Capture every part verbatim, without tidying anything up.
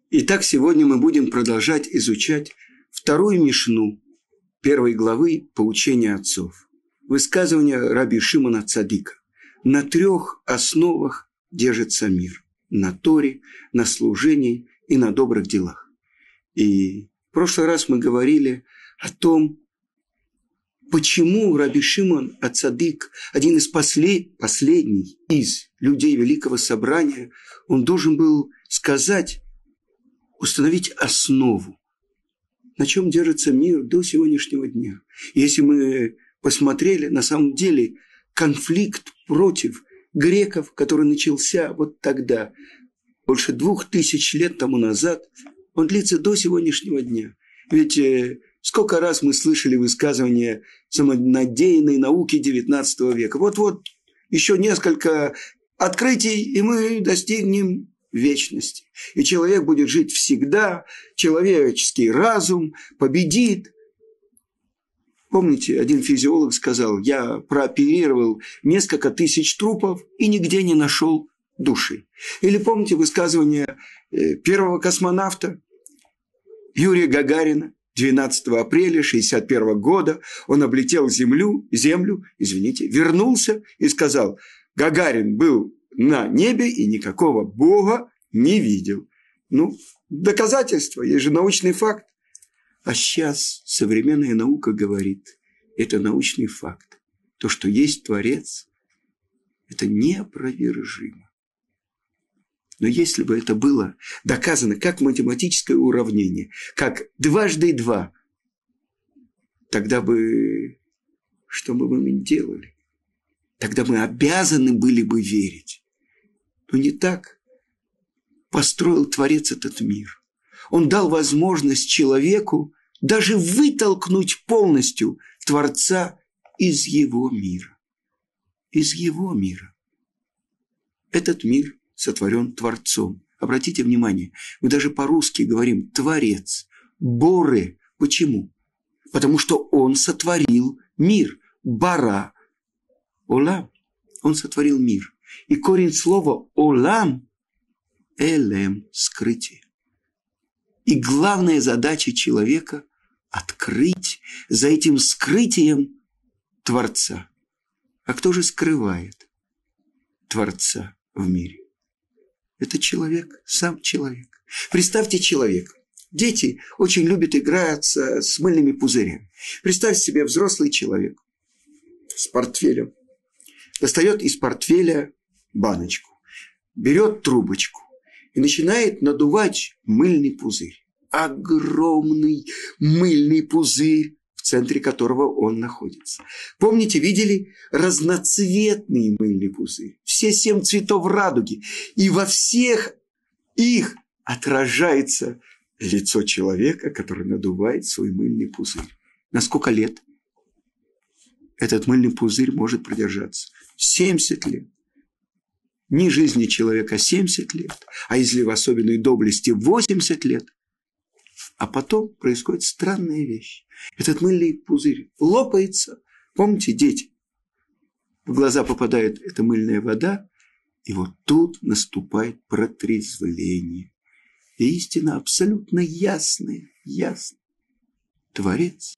Итак, сегодня мы будем продолжать изучать вторую мишну первой главы «Поучения отцов». Высказывание раби Шимона Цадика. На трех основах держится мир. На Торе, на служении и на добрых делах. И в прошлый раз мы говорили о том, почему раби Шимон ацадик, один из послед... последних из людей Великого Собрания, он должен был сказать, установить основу, на чем держится мир до сегодняшнего дня. Если мы посмотрели, на самом деле конфликт против греков, который начался вот тогда, больше двух тысяч лет тому назад, он длится до сегодняшнего дня. Ведь э, сколько раз мы слышали высказывания самонадеянной науки девятнадцатого века. Вот-вот еще несколько открытий, и мы достигнем вечности. И человек будет жить всегда, человеческий разум победит. Помните, один физиолог сказал, я прооперировал несколько тысяч трупов и нигде не нашел души. Или помните высказывание первого космонавта Юрия Гагарина? двенадцатого апреля шестьдесят первого года он облетел землю, землю, извините, вернулся и сказал, Гагарин был на небе и никакого Бога не видел. Ну, доказательство, есть же научный факт. А сейчас современная наука говорит, это научный факт. То, что есть Творец, это неопровержимо. Но если бы это было доказано как математическое уравнение, как дважды два, тогда бы, что бы мы делали? Тогда мы обязаны были бы верить. Но не так построил Творец этот мир. Он дал возможность человеку даже вытолкнуть полностью Творца из его мира. Из его мира. Этот мир сотворен Творцом. Обратите внимание, мы даже по-русски говорим «Творец», «Боре». Почему? Потому что он сотворил мир. «Бара», «Олам». Он сотворил мир. И корень слова «Олам» – «элем» – скрытие. И главная задача человека – открыть за этим скрытием Творца. А кто же скрывает Творца в мире? Это человек, сам человек. Представьте человека. Дети очень любят играться с мыльными пузырями. Представьте себе взрослый человек с портфелем. Достает из портфеля баночку, берет трубочку и начинает надувать мыльный пузырь. Огромный мыльный пузырь, в центре которого он находится. Помните, видели разноцветный мыльный пузырь? Все семь цветов радуги. И во всех их отражается лицо человека, который надувает свой мыльный пузырь. На сколько лет этот мыльный пузырь может продержаться? семьдесят лет. Не жизни человека семьдесят лет, а если в особенной доблести восемьдесят лет. А потом происходит странная вещь. Этот мыльный пузырь лопается. Помните, дети? В глаза попадает эта мыльная вода, и вот тут наступает протрезвление. И истина абсолютно ясная, ясная. Творец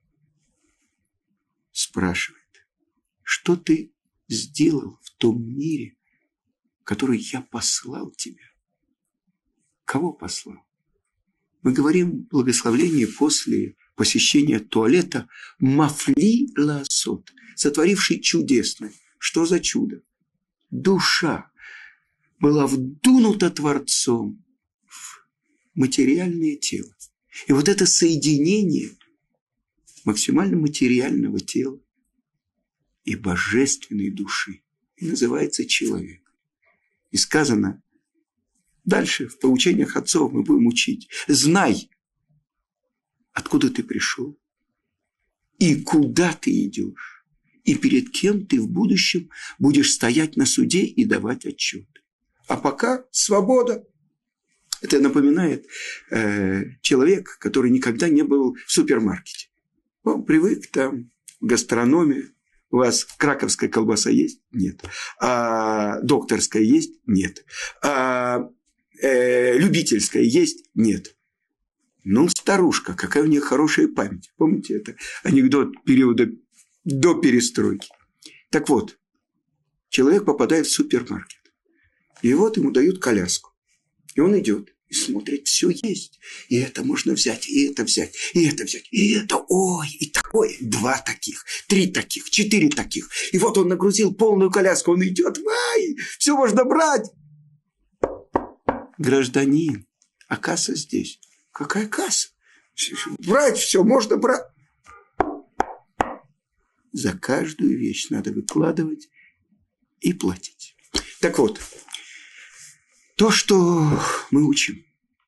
спрашивает, что ты сделал в том мире, в который я послал тебя? Кого послал? Мы говорим благословление после посещения туалета «Мафли лаасот», сотворивший чудесное. Что за чудо? Душа была вдунута Творцом в материальное тело. И вот это соединение максимально материального тела и божественной души и называется человек. И сказано, дальше в поучениях отцов мы будем учить. Знай, откуда ты пришел и куда ты идешь, и перед кем ты в будущем будешь стоять на суде и давать отчет. А пока свобода. Это напоминает э, человек, который никогда не был в супермаркете. Он привык там в гастрономии. У вас краковская колбаса есть? Нет. А докторская есть? Нет. А э, любительская есть? Нет. Ну, старушка, какая у нее хорошая память. Помните, это анекдот периода до перестройки. Так вот, человек попадает в супермаркет. И вот ему дают коляску. И он идет и смотрит, все есть. И это можно взять, и это взять, и это взять, и это, ой, и такое. Два таких, три таких, четыре таких. И вот он нагрузил полную коляску, он идет, вай, все можно брать. Гражданин, а касса здесь. Какая касса? Брать все, можно брать. За каждую вещь надо выкладывать и платить. Так вот, то, что мы учим,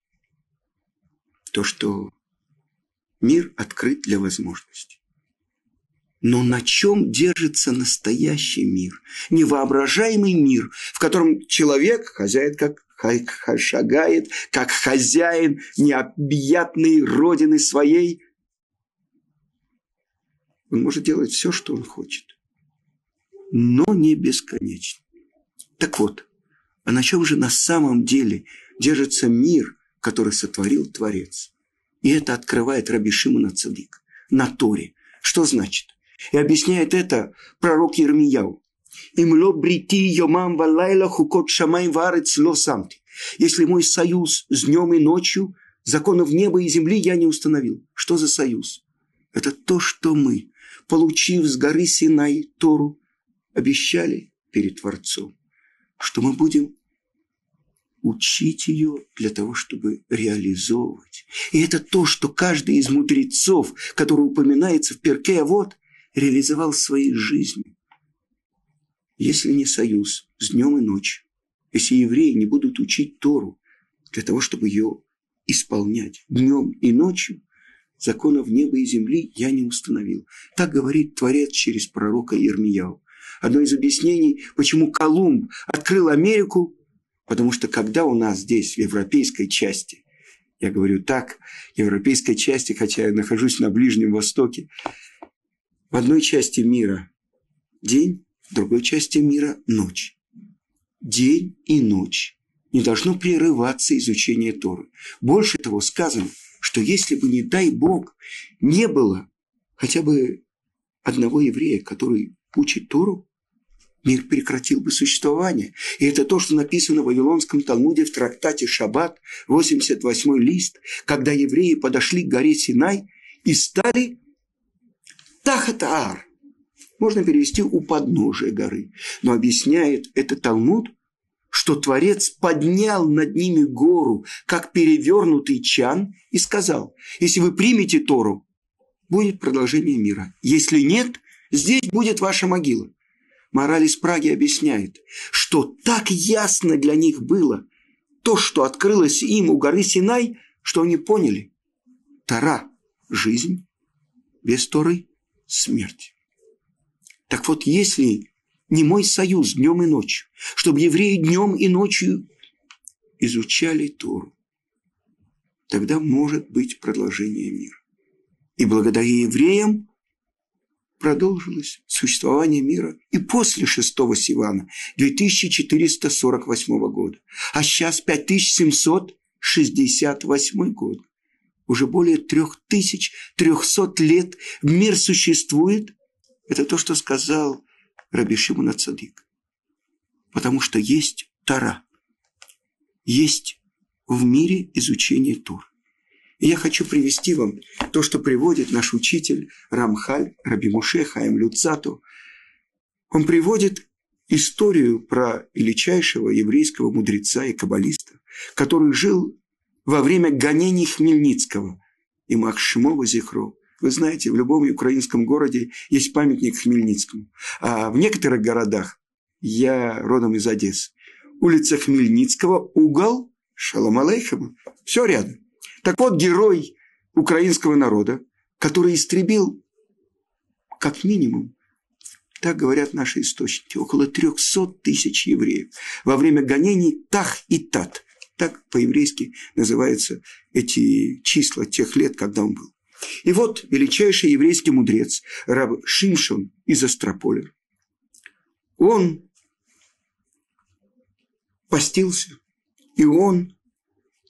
то, что мир открыт для возможностей. Но на чем держится настоящий мир? Невоображаемый мир, в котором человек, хозяин, как шагает, как хозяин необъятной родины своей. Он может делать все, что он хочет, но не бесконечно. Так вот, а на чем же на самом деле держится мир, который сотворил Творец? И это открывает Раби Шимон ацадик на Торе. Что значит? И объясняет это пророк Йирмияу. «Имло брити йомам валайла хукот шамай варец ло самти». Если мой союз с днем и ночью, законов неба и земли я не установил. Что за союз? Это то, что мы, получив с горы Синай Тору, обещали перед Творцом, что мы будем учить ее для того, чтобы реализовывать. И это то, что каждый из мудрецов, который упоминается в Перкей Авот, реализовал в своей жизни. Если не союз с днем и ночью, если евреи не будут учить Тору для того, чтобы ее исполнять днем и ночью, законов неба и земли я не установил. Так говорит Творец через пророка Йирмияу. Одно из объяснений, почему Колумб открыл Америку, потому что когда у нас здесь, в европейской части, я говорю так, европейской части, хотя я нахожусь на Ближнем Востоке, в одной части мира день, в другой части мира ночь. День и ночь. Не должно прерываться изучение Торы. Больше того сказано, что если бы, не дай Бог, не было хотя бы одного еврея, который учит Тору, мир прекратил бы существование. И это то, что написано в Вавилонском Талмуде в трактате Шаббат, восемьдесят восьмой лист, когда евреи подошли к горе Синай и стали тахат аар. Можно перевести у подножия горы. Но объясняет это Талмуд, что Творец поднял над ними гору, как перевернутый чан, и сказал: если вы примете Тору, будет продолжение мира. Если нет, здесь будет ваша могила. Мораль из Праги объясняет, что так ясно для них было то, что открылось им у горы Синай, что они поняли: Тора – жизнь, без Торы – смерть. Так вот, если не мой союз днем и ночью, чтобы евреи днем и ночью изучали Тору, тогда может быть продолжение мира. И благодаря евреям продолжилось существование мира и после шестого Сивана две тысячи четыреста сорок восьмого года. А сейчас пять тысяч семьсот шестьдесят восьмой год. Уже более три тысячи триста лет мир существует. Это то, что сказал Раби Шимон ацадик. Потому что есть Тора. Есть в мире изучение Торы. И я хочу привести вам то, что приводит наш учитель Рамхаль, Раби Моше Хаим Люцату. Он приводит историю про величайшего еврейского мудреца и каббалиста, который жил во время гонений Хмельницкого, имах Шмо вазихро. Вы знаете, в любом украинском городе есть памятник Хмельницкому. А в некоторых городах, я родом из Одессы, улица Хмельницкого, угол Шалом алейхем, все рядом. Так вот, герой украинского народа, который истребил, как минимум, так говорят наши источники, около трехсот тысяч евреев во время гонений Тах и Тат. Так по-еврейски называются эти числа тех лет, когда он был. И вот величайший еврейский мудрец рав Шимшон из Астрополя, он постился, и он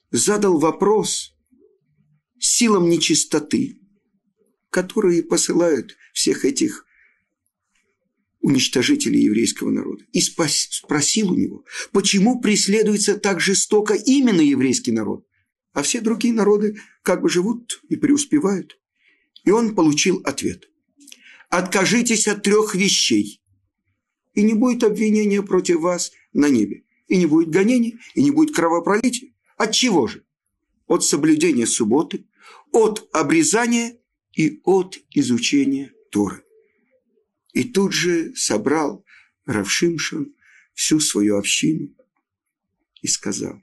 задал вопрос силам нечистоты, которые посылают всех этих уничтожителей еврейского народа, и спросил у него, почему преследуется так жестоко именно еврейский народ, а все другие народы как бы живут и преуспевают. И он получил ответ. Откажитесь от трех вещей, и не будет обвинения против вас на небе, и не будет гонений, и не будет кровопролития. От чего же? От соблюдения субботы, от обрезания и от изучения Торы. И тут же собрал рав Шимшон всю свою общину и сказал: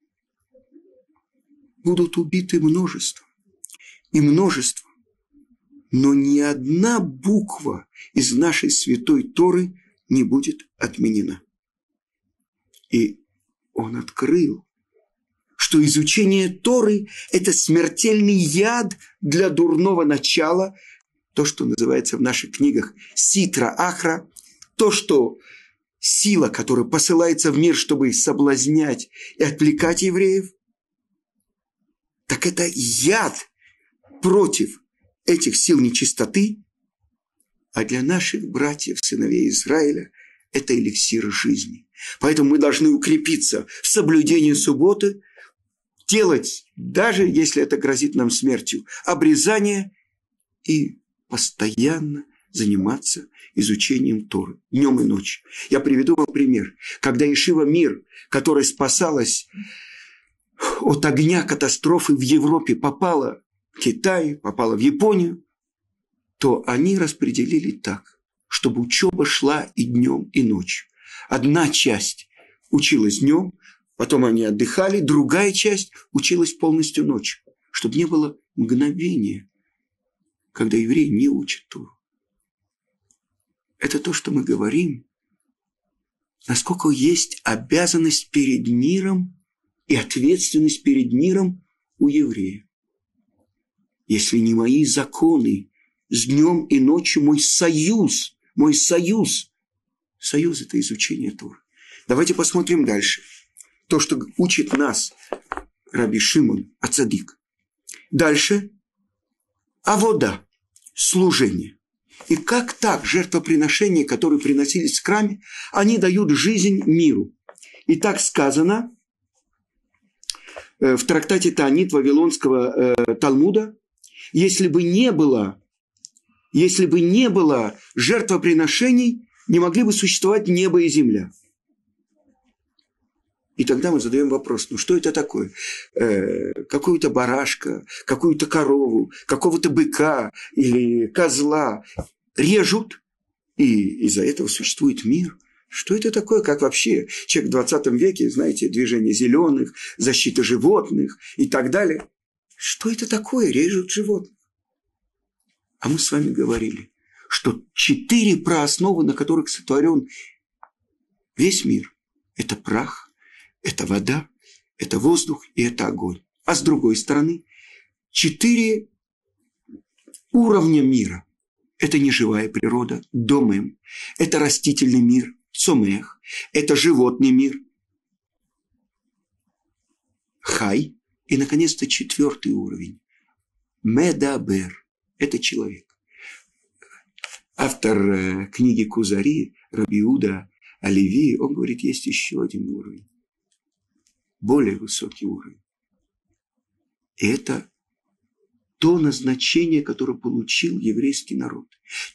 будут убиты множество и множество, но ни одна буква из нашей святой Торы не будет отменена. И он открыл, что изучение Торы – это смертельный яд для дурного начала, то, что называется в наших книгах ситра ахра, то, что сила, которая посылается в мир, чтобы соблазнять и отвлекать евреев, так это яд против этих сил нечистоты, а для наших братьев, сыновей Израиля, это эликсир жизни. Поэтому мы должны укрепиться в соблюдении субботы, делать, даже если это грозит нам смертью, обрезание и постоянно заниматься изучением Торы днем и ночью. Я приведу вам пример. Когда Ешива Мир, которая спасалась от огня катастрофы в Европе, попала в Китай, попала в Японию, то они распределили так, чтобы учеба шла и днем, и ночью. Одна часть училась днем, потом они отдыхали, другая часть училась полностью ночью, чтобы не было мгновения, когда евреи не учат Тору. Это то, что мы говорим, насколько есть обязанность перед миром и ответственность перед миром у евреев. Если не мои законы, с днем и ночью мой союз, мой союз, союз – это изучение Торы. Давайте посмотрим дальше. То, что учит нас Раби Шимон ха-Цадик. Дальше – авода, служение. И как так жертвоприношения, которые приносились в храме, они дают жизнь миру. И так сказано в трактате Таанит Вавилонского э, Талмуда: если бы не было, если бы не было жертвоприношений, не могли бы существовать небо и земля. И тогда мы задаем вопрос: ну что это такое? Э, какую-то барашка, какую-то корову, какого-то быка или козла режут, и из-за этого существует мир. Что это такое? Как вообще человек в двадцатом веке, знаете, движение зеленых, защита животных и так далее. Что это такое? Режут животных. А мы с вами говорили, что четыре проосновы, на которых сотворен весь мир, это прах, это вода, это воздух и это огонь. А с другой стороны, четыре уровня мира. Это неживая природа, домем, это растительный мир, цомех, это животный мир, хай, и, наконец-то, четвертый уровень, медабер, это человек. Автор э, книги Кузари, Раби Иуда Алеви, он говорит, есть еще один уровень, более высокий уровень. И это то назначение, которое получил еврейский народ.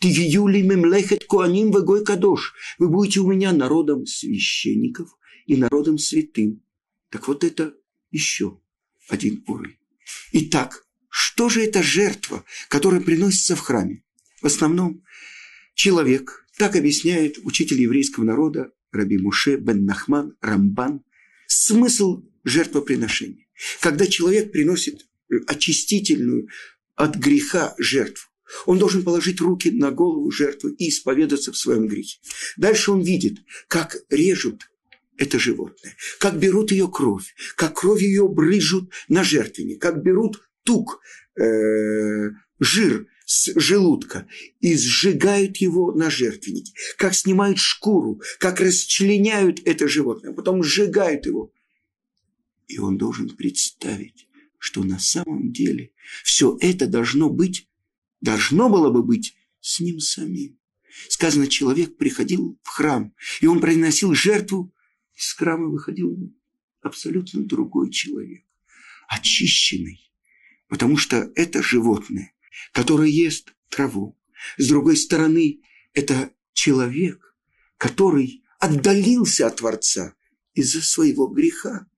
Вы будете у меня народом священников и народом святым. Так вот это еще один уровень. Итак, что же это жертва, которая приносится в храме? В основном человек, так объясняет учитель еврейского народа Раби Муше бен Нахман Рамбан, смысл жертвоприношения. Когда человек приносит очистительную от греха жертву, он должен положить руки на голову жертвы и исповедаться в своем грехе. Дальше он видит, как режут это животное, как берут ее кровь, как кровь ее брызжут на жертвенник, как берут тук, э, жир с желудка и сжигают его на жертвеннике, как снимают шкуру, как расчленяют это животное, а потом сжигают его. И он должен представить, что на самом деле все это должно быть, должно было бы быть с ним самим. Сказано, человек приходил в храм, и он приносил жертву, из храма выходил абсолютно другой человек, очищенный, потому что это животное, которое ест траву. С другой стороны, это человек, который отдалился от Творца из-за своего греха.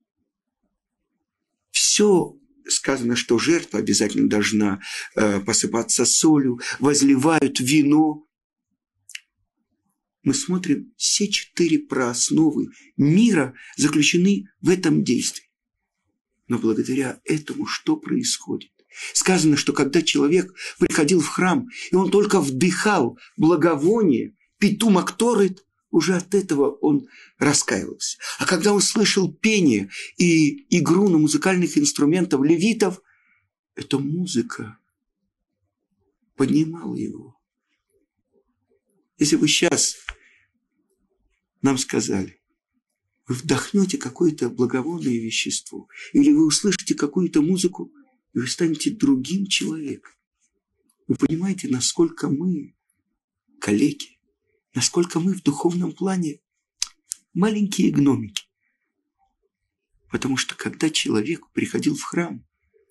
Все сказано, что жертва обязательно должна э, посыпаться солью, возливают вино. Мы смотрим, все четыре проосновы мира заключены в этом действии. Но благодаря этому что происходит? Сказано, что когда человек приходил в храм, и он только вдыхал благовоние, питум акторит, уже от этого он раскаивался. А когда он слышал пение и игру на музыкальных инструментах левитов, эта музыка поднимала его. Если бы сейчас нам сказали, вы вдохнете какое-то благовонное вещество, или вы услышите какую-то музыку, и вы станете другим человеком. Вы понимаете, насколько мы калеки, насколько мы в духовном плане маленькие гномики. Потому что когда человек приходил в храм,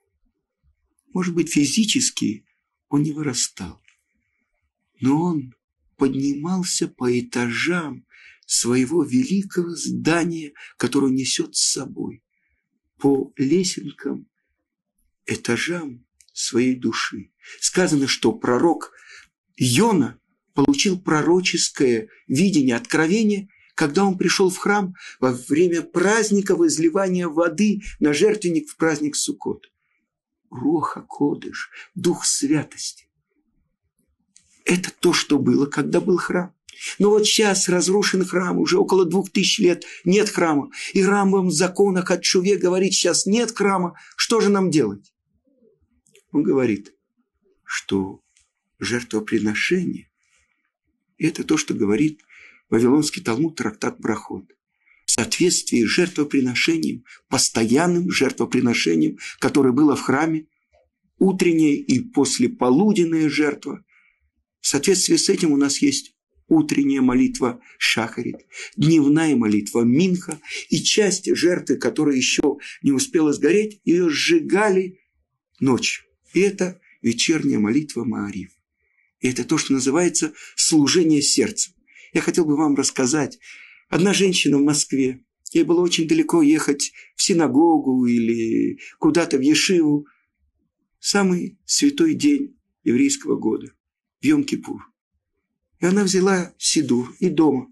может быть, физически он не вырастал, но он поднимался по этажам своего великого здания, которое несет с собой, по лесенкам, этажам своей души. Сказано, что пророк Йона получил пророческое видение, откровение, когда он пришел в храм во время праздника возливания воды на жертвенник в праздник Суккот. Руах ха-Кодеш, дух святости. Это то, что было, когда был храм. Но вот сейчас разрушен храм, уже около двух тысяч лет нет храма. И Рамбам в законах от Шуве говорит, сейчас нет храма, что же нам делать? Он говорит, что жертвоприношение – это то, что говорит Вавилонский Талмуд, трактат Брахот. В соответствии с жертвоприношением, постоянным жертвоприношением, которое было в храме, утренняя и послеполуденная жертва. В соответствии с этим у нас есть утренняя молитва Шахарит, дневная молитва Минха и часть жертвы, которая еще не успела сгореть, ее сжигали ночью. И это вечерняя молитва Маарив. И это то, что называется служение сердцем. Я хотел бы вам рассказать. Одна женщина в Москве, ей было очень далеко ехать в синагогу или куда-то в Ешиву. Самый святой день еврейского года, в Йом-Кипур. И она взяла сидур и дома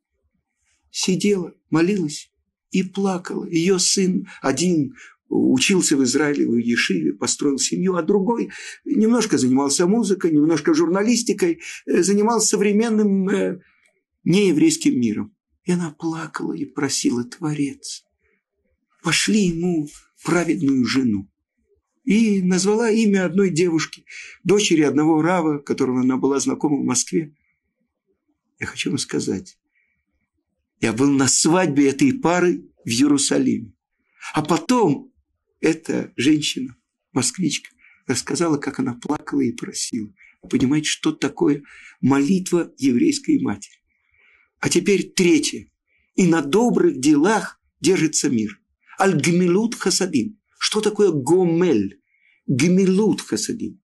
сидела, молилась и плакала. Ее сын один учился в Израиле, в Ешиве, построил семью, а другой немножко занимался музыкой, немножко журналистикой, занимался современным э, нееврейским миром. И она плакала и просила: Творец, пошли ему праведную жену. И назвала имя одной девушки, дочери одного рава, которого она была знакома в Москве. Я хочу вам сказать, я был на свадьбе этой пары в Иерусалиме. А потом эта женщина, москвичка, рассказала, как она плакала и просила. Вы понимаете, что такое молитва еврейской матери? А теперь третье. И на добрых делах держится мир. Аль-Гмилут Хасадим. Что такое гомель? Гмилут Хасадим.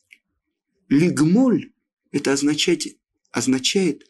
Лигмоль – это означает, означает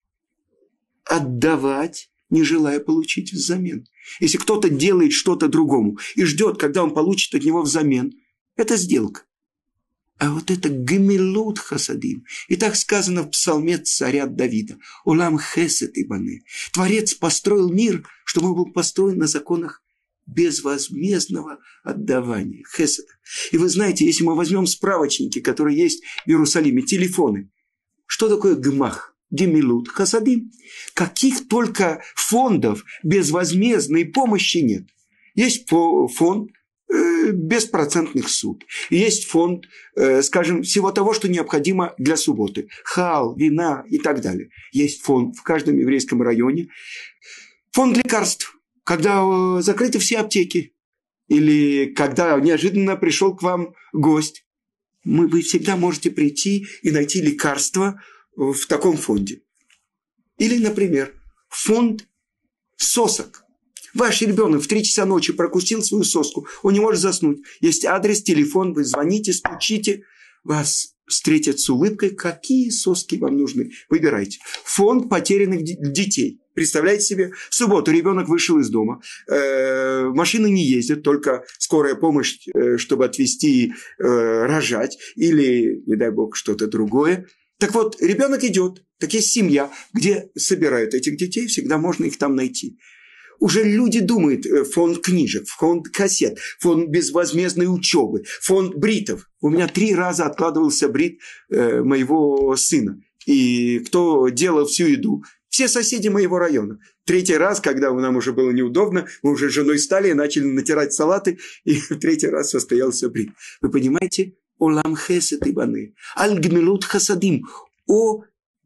отдавать, не желая получить взамен. Если кто-то делает что-то другому и ждет, когда он получит от него взамен, это сделка. А вот это гмилут хасадим. И так сказано в псалме царя Давида. Олам хесед ибане. Творец построил мир, чтобы он был построен на законах безвозмездного отдавания. Хеседа. И вы знаете, если мы возьмем справочники, которые есть в Иерусалиме, телефоны, что такое гмах? Гемилут хасадим. Каких только фондов безвозмездной помощи нет. Есть фонд э, беспроцентных суд. Есть фонд, э, скажем, всего того, что необходимо для субботы. Хал, вина и так далее. Есть фонд в каждом еврейском районе. Фонд лекарств. когда закрыты все аптеки, или когда неожиданно пришел к вам гость. Мы, вы всегда можете прийти и найти лекарство в таком фонде. Или, например, фонд сосок. Ваш ребенок в три часа ночи прокусил свою соску, он не может заснуть. Есть адрес, телефон, вы звоните, стучите, вас встретят с улыбкой. Какие соски вам нужны? Выбирайте. Фонд потерянных детей. Представляете себе, в субботу ребенок вышел из дома, э, машины не ездят, только скорая помощь, э, чтобы отвезти, э, рожать, или, не дай бог, что-то другое. Так вот, ребенок идет, так есть семья, где собирают этих детей, всегда можно их там найти. Уже люди думают, фонд книжек, фонд кассет, фонд безвозмездной учебы, фонд бритов. У меня три раза откладывался брит э, моего сына. И кто делал всю еду? Все соседи моего района. Третий раз, когда нам уже было неудобно, мы уже с женой стали и начали натирать салаты, и в третий раз состоялся брит. Вы понимаете? Олам хесед ибаны, аль гмилут хасадим, о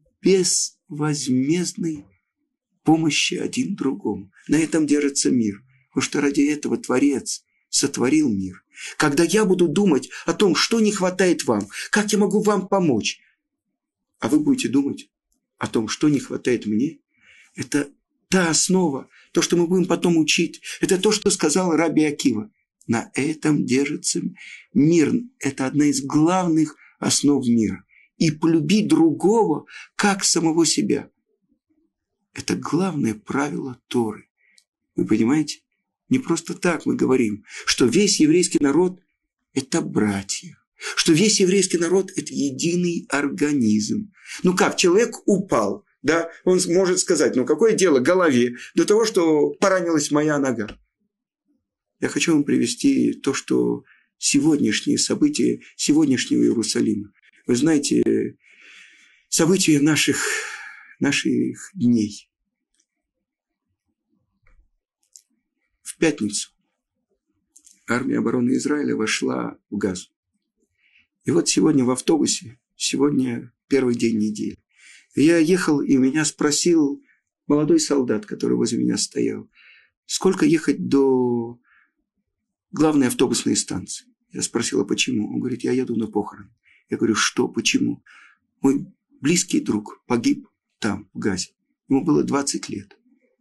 безвозмездной помощи один другому. На этом держится мир. Потому что ради этого Творец сотворил мир. Когда я буду думать о том, что не хватает вам, как я могу вам помочь, а вы будете думать о том, что не хватает мне, это та основа, то, что мы будем потом учить. Это то, что сказал Раби Акива. На этом держится мир. Это одна из главных основ мира. И полюбить другого, как самого себя. Это главное правило Торы. Вы понимаете? Не просто так мы говорим, что весь еврейский народ – это братья. Что весь еврейский народ – это единый организм. Ну как, человек упал, да? Он может сказать, ну какое дело голове до того, что поранилась моя нога. Я хочу вам привести то, что сегодняшние события сегодняшнего Иерусалима. Вы знаете, события наших, наших дней. В пятницу армия обороны Израиля вошла в Газу. И вот сегодня в автобусе, сегодня первый день недели, я ехал, и меня спросил молодой солдат, который возле меня стоял, сколько ехать до главной автобусной станции. Я спросил, а почему? Он говорит, я еду на похороны. Я говорю, что, почему? Мой близкий друг погиб там, в Газе. Ему было двадцать лет.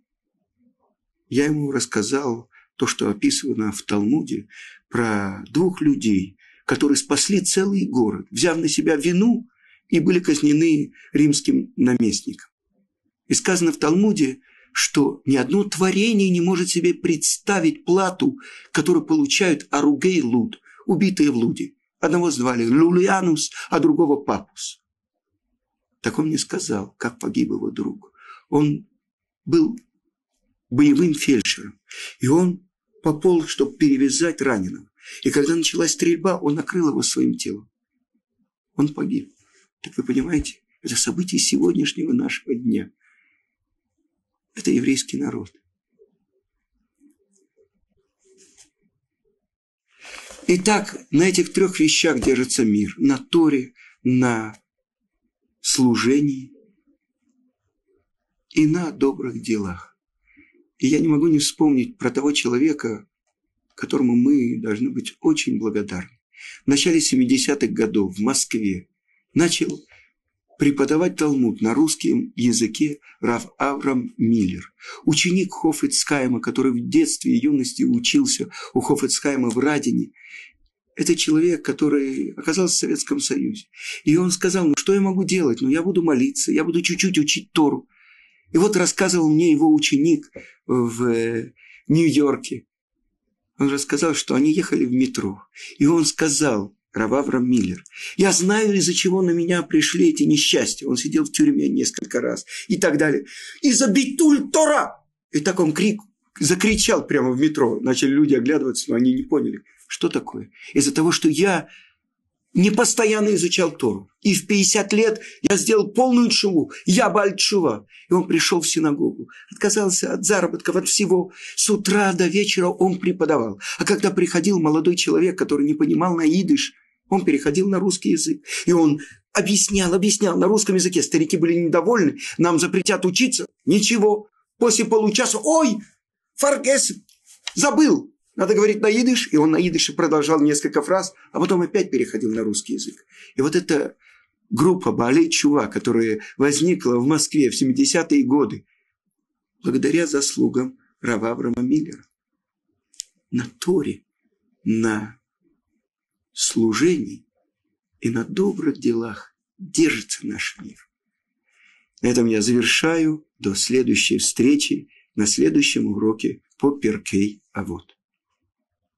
Я ему рассказал то, что описано в Талмуде, про двух людей, которые спасли целый город, взяв на себя вину и были казнены римским наместником. И сказано в Талмуде, что ни одно творение не может себе представить плату, которую получают Аругей Луд, убитые в Луде. Одного звали Лулианус, а другого Папус. Так он мне сказал, как погиб его друг. Он был боевым фельдшером, и он пополз, чтобы перевязать раненого. И когда началась стрельба, он накрыл его своим телом. Он погиб. Так вы понимаете, это событие сегодняшнего нашего дня. Это еврейский народ. Итак, на этих трех вещах держится мир. На Торе, на служении и на добрых делах. И я не могу не вспомнить про того человека, которому мы должны быть очень благодарны. В начале семидесятых годов в Москве начал преподавать Талмуд на русском языке рав Авраам Миллер, ученик Хофец Хаима, который в детстве и юности учился у Хофец Хаима в Радине. Это человек, который оказался в Советском Союзе. И он сказал, ну что я могу делать? Ну я буду молиться, я буду чуть-чуть учить Тору. И вот рассказывал мне его ученик в Нью-Йорке. Он рассказал, что они ехали в метро. И он сказал, рав Авраам Миллер, я знаю, из-за чего на меня пришли эти несчастья. Он сидел в тюрьме несколько раз и так далее. Из-за битуль Тора! И так он крик, закричал прямо в метро. Начали люди оглядываться, но они не поняли, что такое. Из-за того, что я не постоянно изучал Тору. И в пятьдесят лет я сделал полную тшуву. Я баль тшува. И он пришел в синагогу. Отказался от заработков, от всего. С утра до вечера он преподавал. А когда приходил молодой человек, который не понимал на идиш, он переходил на русский язык. И он объяснял, объяснял на русском языке. Старики были недовольны. Нам запретят учиться. Ничего. После получаса, ой, Фаргесен. Забыл. Надо говорить на идиш. И он на идише продолжал несколько фраз, а потом опять переходил на русский язык. И вот эта группа Баалей Тшува, которая возникла в Москве в семидесятые годы, благодаря заслугам рава Авраама Миллера, на Торе, на служении и на добрых делах держится наш мир. На этом я завершаю. До следующей встречи на следующем уроке по Перкей Авот.